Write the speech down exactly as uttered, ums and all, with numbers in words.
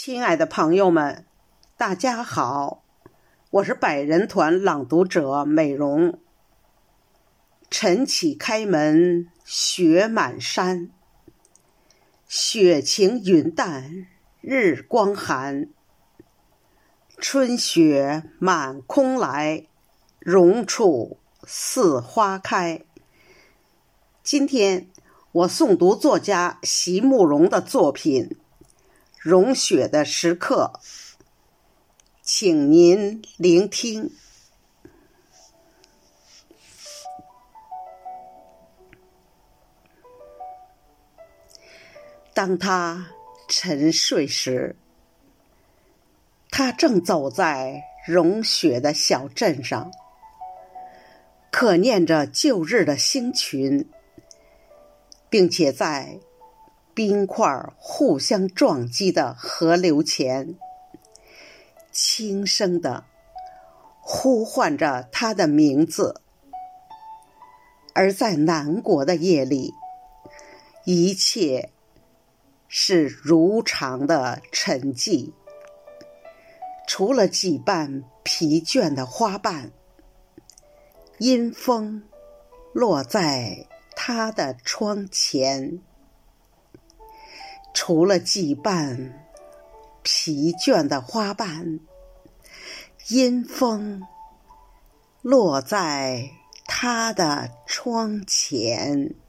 亲爱的朋友们，大家好，我是百人团朗读者美容。晨起开门雪满山，雪晴云淡日光寒。春雪满空来，榕处似花开。今天我诵读作家席慕容的作品《融雪的时刻》，请您聆听。当他沉睡时，他正走在融雪的小镇上，可念着旧日的星群，并且在冰块互相撞击的河流前，轻声地呼唤着他的名字。而在南国的夜里，一切是如常的沉寂，除了几瓣疲倦的花瓣，阴风落在他的窗前。除了几瓣疲倦的花瓣，阴风落在他的窗前。